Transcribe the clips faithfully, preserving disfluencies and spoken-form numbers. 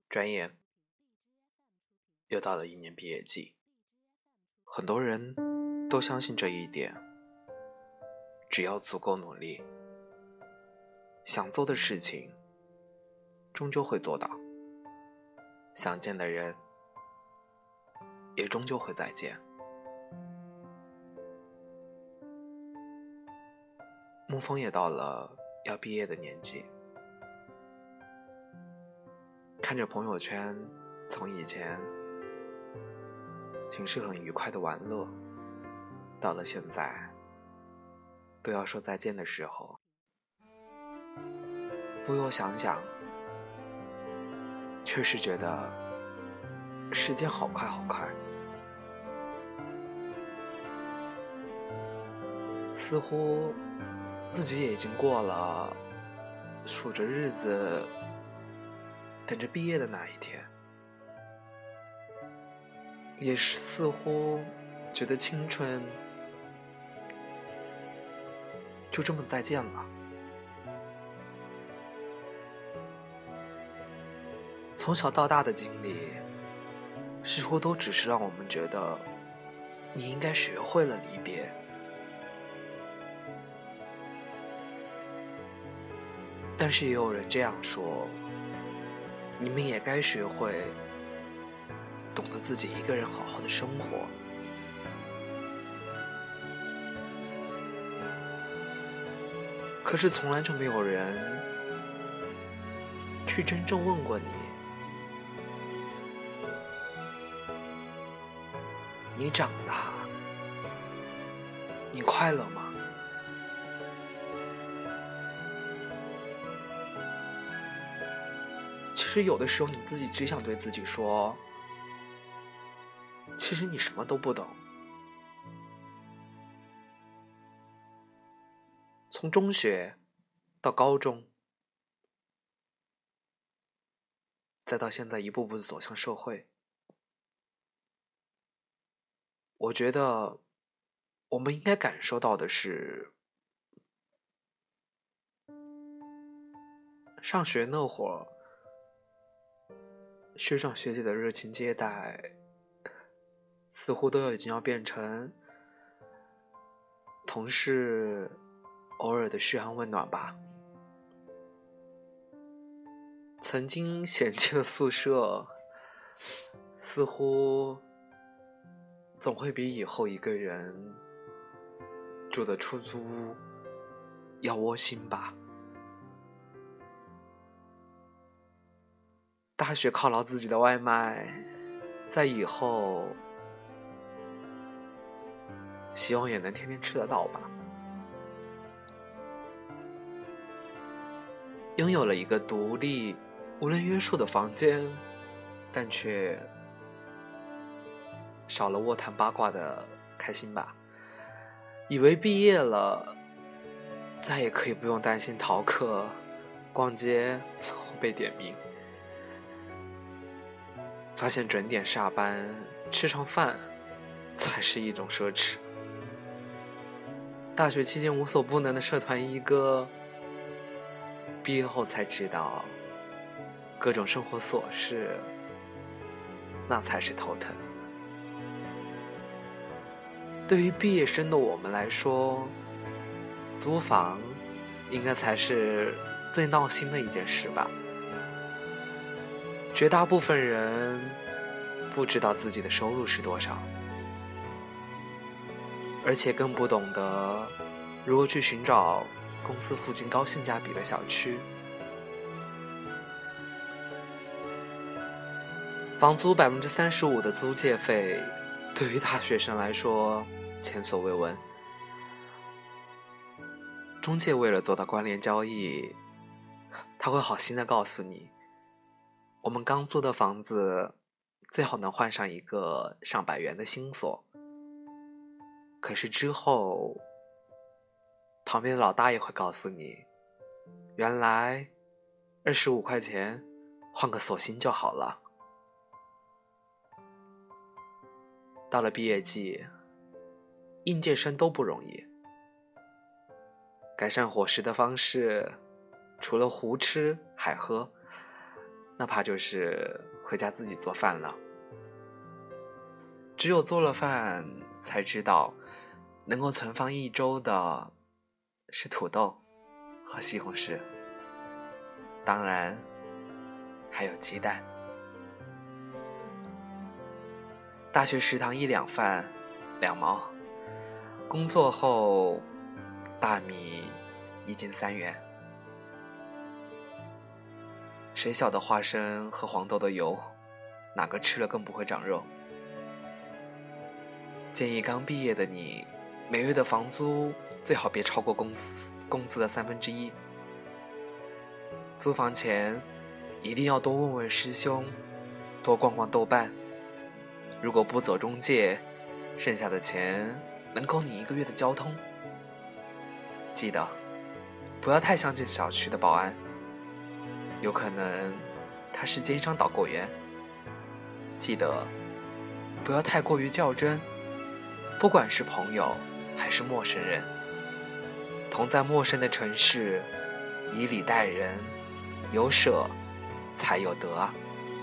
转眼又到了一年毕业季，很多人都相信这一点，只要足够努力，想做的事情终究会做到，想见的人也终究会再见。沐风也到了要毕业的年纪，看着朋友圈，从以前寝室很愉快的玩乐，到了现在都要说再见的时候，不由想想，确实觉得时间好快好快，似乎自己也已经过了数着日子等着毕业的那一天，也是似乎觉得青春就这么再见了。从小到大的经历似乎都只是让我们觉得你应该学会了离别，但是也有人这样说，你们也该学会懂得自己一个人好好的生活。可是从来就没有人去真正问过你，你长大，你快乐吗？其实有的时候你自己只想对自己说，其实你什么都不懂。从中学到高中，再到现在一步步的走向社会，我觉得我们应该感受到的是，上学那会儿学长学姐的热情接待似乎都已经要变成同事偶尔的嘘寒问暖吧。曾经嫌弃的宿舍似乎总会比以后一个人住的出租屋要窝心吧。大学犒劳自己的外卖，在以后希望也能天天吃得到吧。拥有了一个独立无人约束的房间，但却少了卧谈八卦的开心吧。以为毕业了再也可以不用担心逃课、逛街或被点名，发现准点下班吃上饭才是一种奢侈。大学期间无所不能的社团一哥，毕业后才知道各种生活琐事那才是头疼。对于毕业生的我们来说，租房应该才是最闹心的一件事吧。绝大部分人不知道自己的收入是多少，而且更不懂得如何去寻找公司附近高性价比的小区。房租 百分之三十五 的租借费对于大学生来说前所未闻。中介为了做到关联交易，他会好心的告诉你，我们刚租的房子最好能换上一个上百元的新锁。可是之后旁边的老大爷会告诉你，原来二十五块钱换个锁芯就好了。到了毕业季，应届生都不容易，改善伙食的方式除了胡吃海喝， 那怕就是回家自己做饭了。只有做了饭，才知道能够存放一周的是土豆和西红柿，当然还有鸡蛋。大学食堂一两饭两毛，工作后大米一斤三元。谁晓得花生和黄豆的油，哪个吃了更不会长肉？建议刚毕业的你，每月的房租最好别超过公司工资的三分之一。租房前一定要多问问师兄，多逛逛豆瓣。如果不走中介，剩下的钱能够你一个月的交通。记得不要太相信小区的保安，有可能他是奸商导购员。记得不要太过于较真，不管是朋友还是陌生人，同在陌生的城市，以礼待人，有舍才有得啊。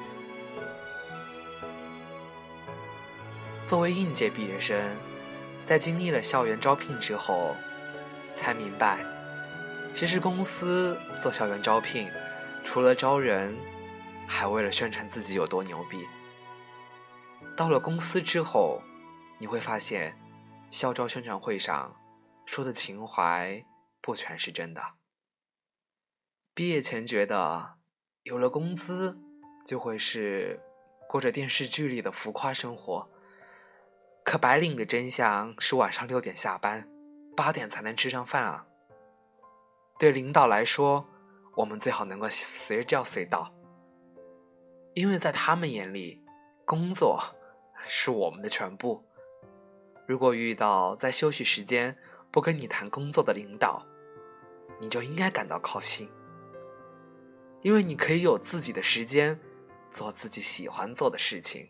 作为应届毕业生，在经历了校园招聘之后，才明白，其实公司做校园招聘，除了招人，还为了宣传自己有多牛逼。到了公司之后，你会发现，校招宣传会上说的情怀不全是真的。毕业前觉得，有了工资，就会是过着电视剧里的浮夸生活。可白领的真相是晚上六点下班，八点才能吃上饭啊。对领导来说，我们最好能够随叫随到，因为在他们眼里，工作是我们的全部。如果遇到在休息时间不跟你谈工作的领导，你就应该感到高兴，因为你可以有自己的时间，做自己喜欢做的事情。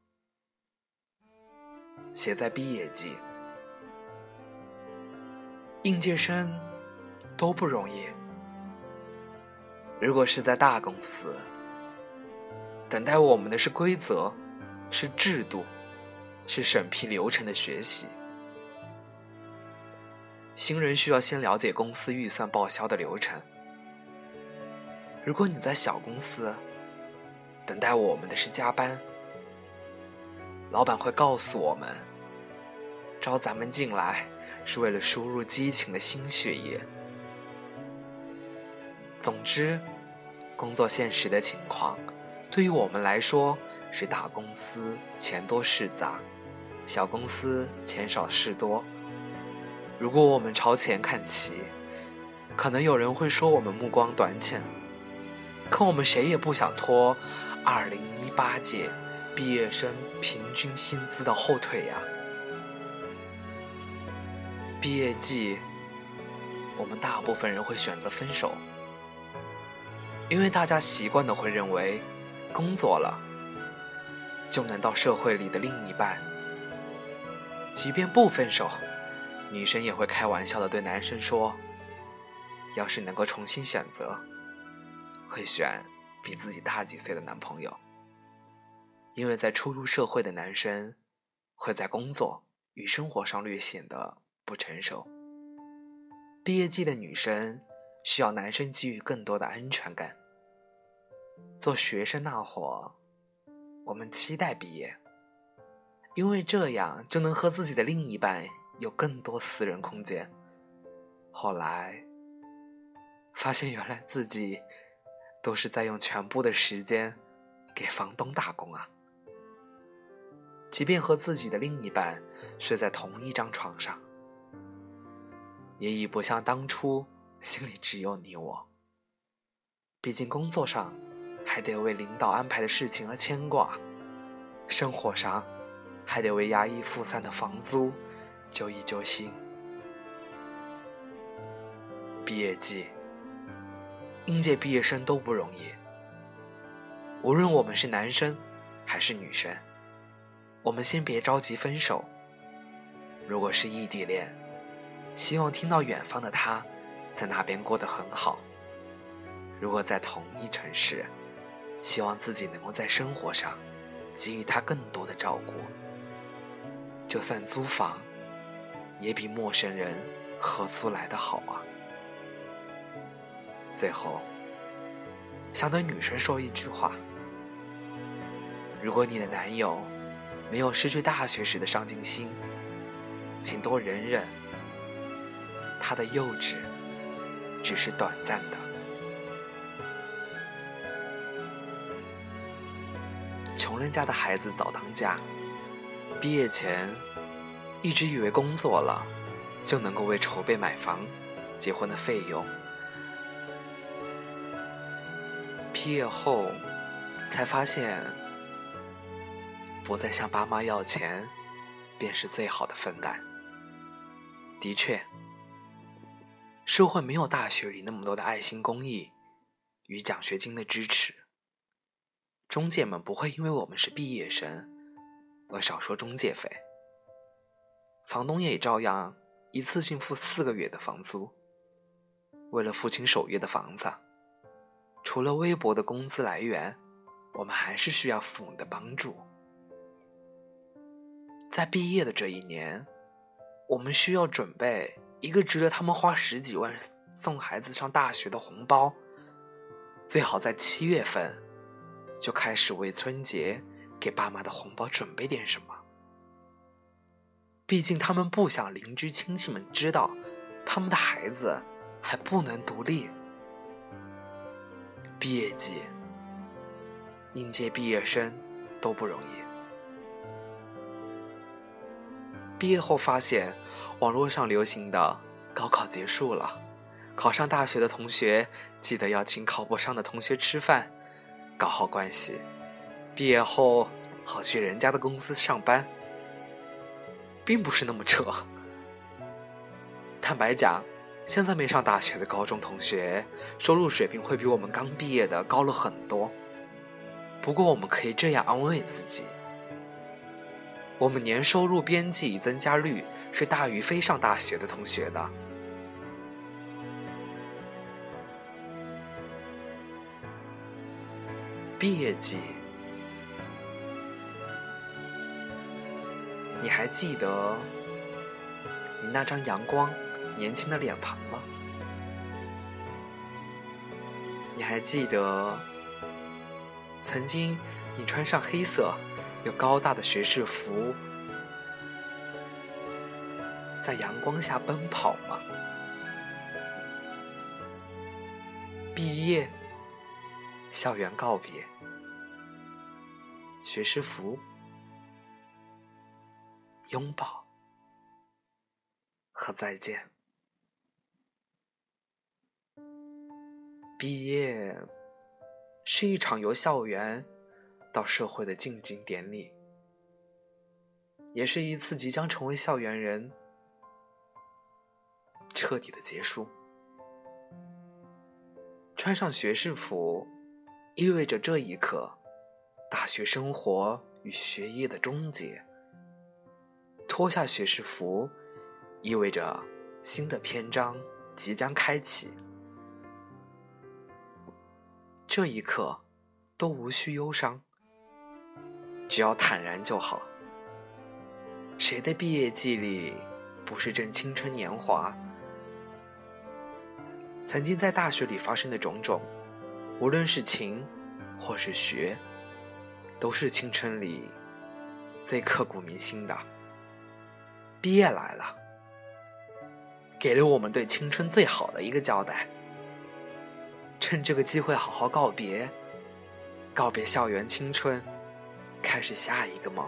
写在毕业季，应届生都不容易。如果是在大公司，等待我们的是规则，是制度，是审批流程的学习。新人需要先了解公司预算报销的流程。如果你在小公司，等待我们的是加班。老板会告诉我们，招咱们进来是为了输入激情的新血液。总之，工作现实的情况对于我们来说是大公司钱多事杂，小公司钱少事多。如果我们朝钱看齐，可能有人会说我们目光短浅，可我们谁也不想拖二零一八届毕业生平均薪资的后腿呀。毕业季，我们大部分人会选择分手，因为大家习惯的会认为，工作了就能到社会里的另一半。即便不分手，女生也会开玩笑的对男生说，要是能够重新选择，会选比自己大几岁的男朋友。因为在初入社会的男生会在工作与生活上略显得不成熟。毕业季的女生需要男生给予更多的安全感。做学生那会儿，我们期待毕业，因为这样就能和自己的另一半有更多私人空间。后来发现原来自己都是在用全部的时间给房东打工啊。即便和自己的另一半睡在同一张床上，也已不像当初心里只有你我。毕竟工作上还得为领导安排的事情而牵挂，生活上还得为押一付三的房租揪一揪心。毕业季，应届毕业生都不容易，无论我们是男生还是女生，我们先别着急分手。如果是异地恋，希望听到远方的他在那边过得很好。如果在同一城市， 希望自己能够在生活上给予他更多的照顾，就算租房也比陌生人合租来的好啊。最后想对女生说一句话，如果你的男友没有失去大学时的上进心，请多忍忍，他的幼稚只是短暂的。穷人家的孩子早当家，毕业前一直以为工作了就能够为筹备买房结婚的费用，毕业后才发现不再向爸妈要钱便是最好的分担。的确，社会没有大学里那么多的爱心公益与奖学金的支持，中介们不会因为我们是毕业生而少收中介费，房东也照样一次性付四个月的房租。为了付清首月的房子，除了微薄的工资来源，我们还是需要父母的帮助。在毕业的这一年，我们需要准备一个值得他们花十几万送孩子上大学的红包，最好在七月份就开始为春节给爸妈的红包准备点什么。毕竟他们不想邻居亲戚们知道他们的孩子还不能独立。毕业季，应届毕业生都不容易。毕业后发现网络上流行的高考结束了，考上大学的同学记得要请考不上的同学吃饭，搞好关系，毕业后好去人家的公司上班，并不是那么扯。坦白讲，现在没上大学的高中同学收入水平会比我们刚毕业的高了很多，不过我们可以这样安慰自己，我们年收入边际增加率是大于非上大学的同学的。毕业季，你还记得你那张阳光年轻的脸庞吗？你还记得曾经你穿上黑色又高大的学士服，在阳光下奔跑吗？毕业，校园告别，学士服，拥抱和再见。毕业是一场由校园到社会的进京典礼，也是一次即将成为校园人彻底的结束。穿上学士服，意味着这一刻大学生活与学业的终结；脱下学士服，意味着新的篇章即将开启。这一刻都无需忧伤，只要坦然就好。谁的毕业季里不是正青春年华？曾经在大学里发生的种种，无论是情或是学，都是青春里最刻骨铭心的。毕业来了，给了我们对青春最好的一个交代。趁这个机会好好告别，告别校园青春，开始下一个梦。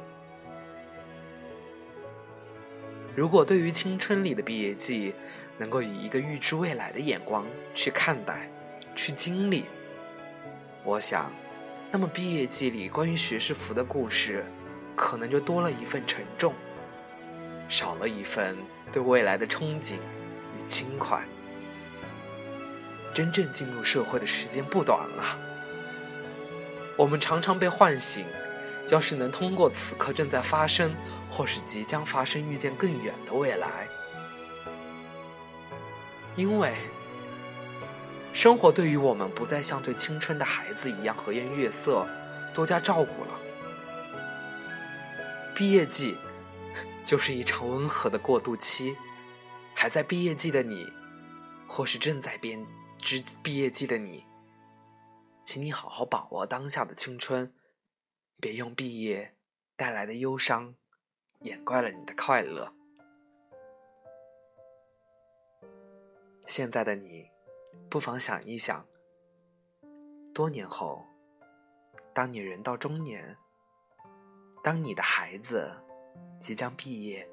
如果对于青春里的毕业季能够以一个预知未来的眼光去看待，去经历，我想那么毕业季里关于学士服的故事可能就多了一份沉重，少了一份对未来的憧憬与轻快。真正进入社会的时间不短了，我们常常被唤醒，要是能通过此刻正在发生或是即将发生预见更远的未来。因为生活对于我们不再像对青春的孩子一样和颜悦色，多加照顾了。毕业季就是一场温和的过渡期，还在毕业季的你，或是正在编织毕业季的你，请你好好把握当下的青春，别用毕业带来的忧伤掩盖了你的快乐。现在的你不妨想一想，多年后，当你人到中年，当你的孩子即将毕业，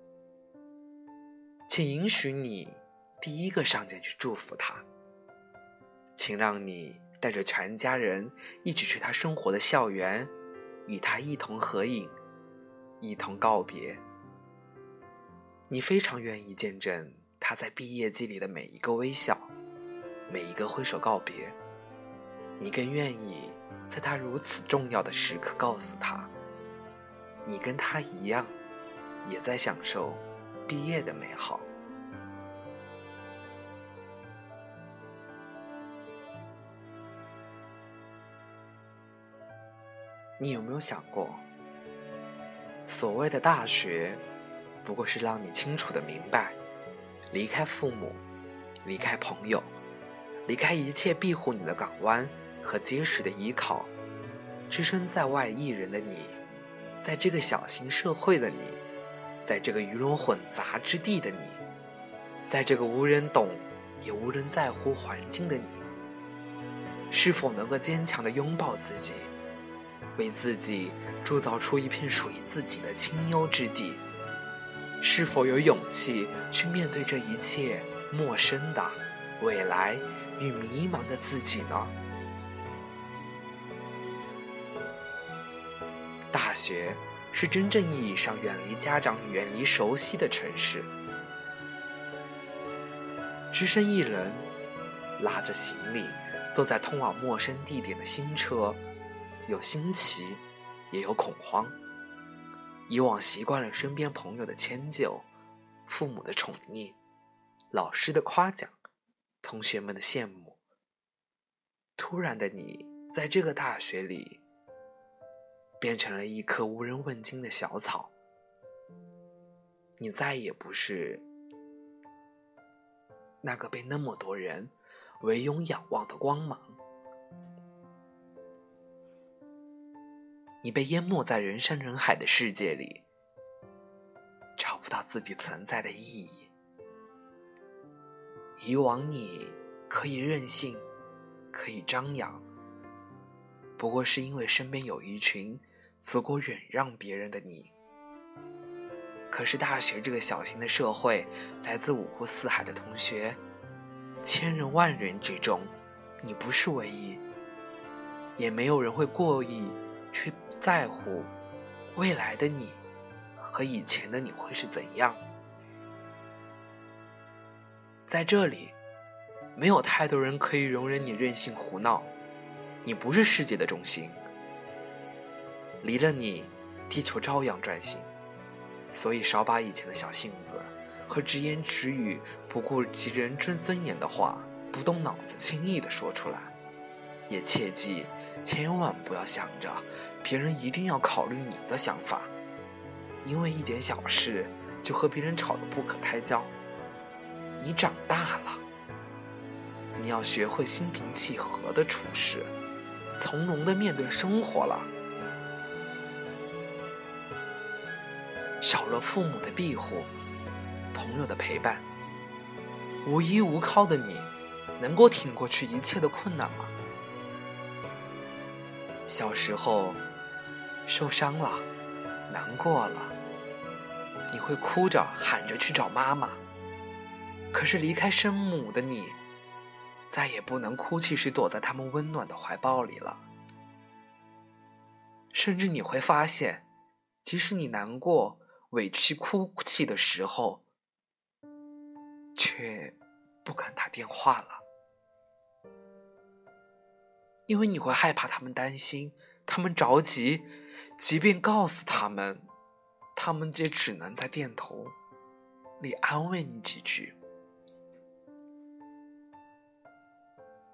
请允许你第一个上前去祝福他，请让你带着全家人一起去他生活的校园，与他一同合影，一同告别。你非常愿意见证他在毕业季里的每一个微笑，每一个挥手告别。你更愿意在他如此重要的时刻告诉他，你跟他一样，也在享受毕业的美好。你有没有想过，所谓的大学不过是让你清楚地明白，离开父母，离开朋友，离开一切庇护你的港湾和结实的依靠，置身在外一人的你，在这个小型社会的你，在这个鱼龙混杂之地的你，在这个无人懂也无人在乎环境的你，是否能够坚强地拥抱自己，为自己铸造出一片属于自己的清幽之地？是否有勇气去面对这一切陌生的未来与迷茫的自己呢？大学是真正意义上远离家长、远离熟悉的城市，只身一人拉着行李坐在通往陌生地点的新车，有新奇也有恐慌。以往习惯了身边朋友的迁就，父母的宠溺，老师的夸奖，同学们的羡慕。突然的你在这个大学里变成了一棵无人问津的小草，你再也不是那个被那么多人唯拥仰望的光芒，你被淹没在人山人海的世界里，找不到自己存在的意义。以往你可以任性，可以张扬，不过是因为身边有一群足够忍让别人的你。可是大学这个小型的社会，来自五湖四海的同学，千人万人之中，你不是唯一，也没有人会过意去在乎未来的你和以前的你会是怎样。在这里，没有太多人可以容忍你任性胡闹，你不是世界的中心，离了你，地球照样转型。所以少把以前的小性子和直言直语、不顾及人尊尊严的话，不动脑子轻易地说出来。也切记千万不要想着别人一定要考虑你的想法，因为一点小事就和别人吵得不可开交。你长大了，你要学会心平气和的处事，从容地面对生活了。少了父母的庇护，朋友的陪伴，无依无靠的你，能够挺过去一切的困难吗？小时候受伤了，难过了，你会哭着喊着去找妈妈。可是离开生母的你，再也不能哭泣时躲在他们温暖的怀抱里了。甚至你会发现，即使你难过、委屈、哭泣的时候，却不敢打电话了，因为你会害怕他们担心，他们着急，即便告诉他们，他们也只能在电头里安慰你几句。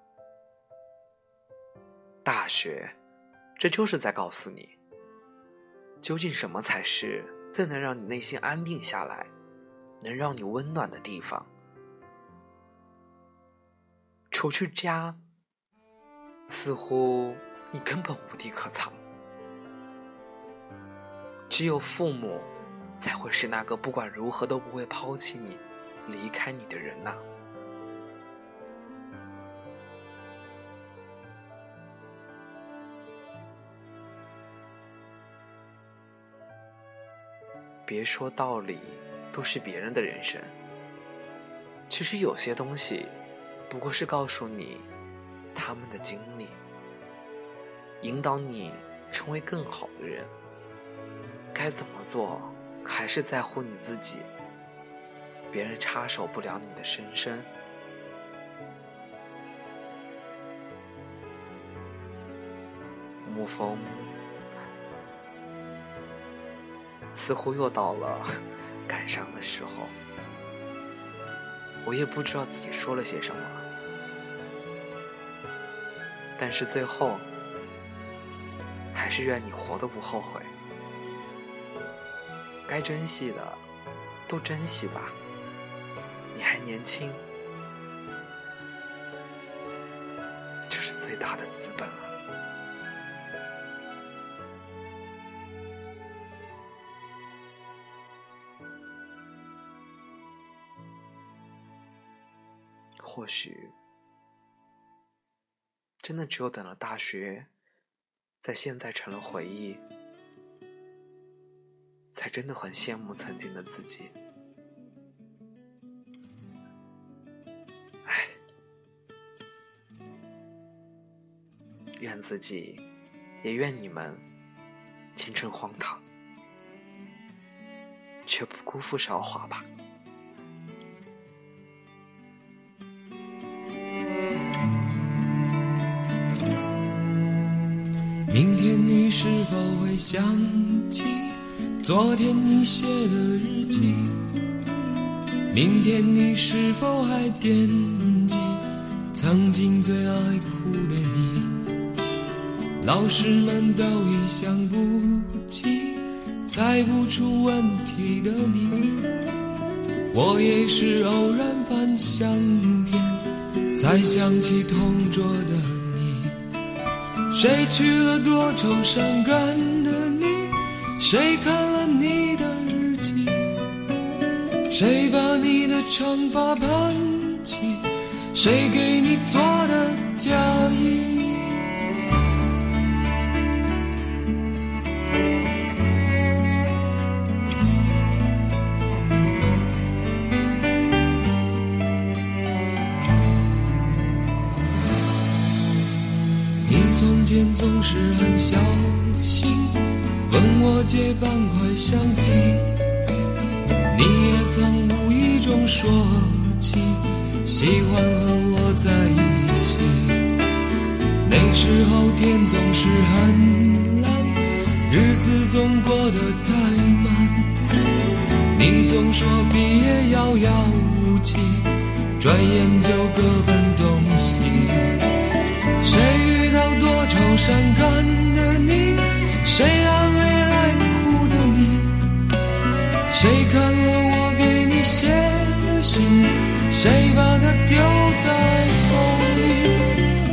大学，这就是在告诉你，究竟什么才是最能让你内心安定下来，能让你温暖的地方。除去家，似乎你根本无地可藏。只有父母才会是那个不管如何都不会抛弃你、离开你的人呐。别说道理都是别人的人生，其实有些东西不过是告诉你他们的经历，引导你成为更好的人。该怎么做还是在乎你自己，别人插手不了你的人生。沐风似乎又到了感伤的时候，我也不知道自己说了些什么，但是最后还是愿你活得不后悔。该珍惜的都珍惜吧，你还年轻，这是最大的资本啊。或许真的只有等了大学，在现在成了回忆，才真的很羡慕曾经的自己。唉，愿自己，也愿你们青春荒唐，却不辜负韶华吧。 明天你是否会想起昨天你写的日记？明天你是否还惦记曾经最爱哭的你？老师们都已想不起猜不出问题的你，我也是偶然翻相片才想起同桌的你。谁去了多愁善感的你？谁看了你的日记？谁把你的长发盘起？谁给你做的嫁衣？你从前总是很小心问我借半块橡皮，你也曾无意中说起喜欢和我在一起。那时候天总是很蓝，日子总过得太慢，你总说毕业遥遥无期，转眼就各奔东西。谁遇到多愁善感的你？谁安慰爱哭的你？谁看了我给你写的信？谁把它丢在风里？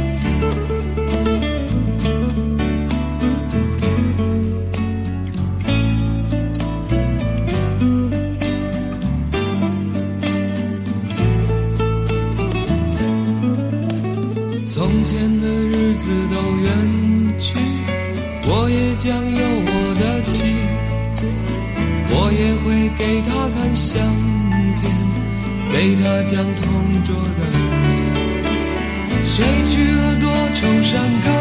从前的日子都远去，我也将有我的妻，我也会给她看相片，给她讲同桌的你。谁去了多愁善感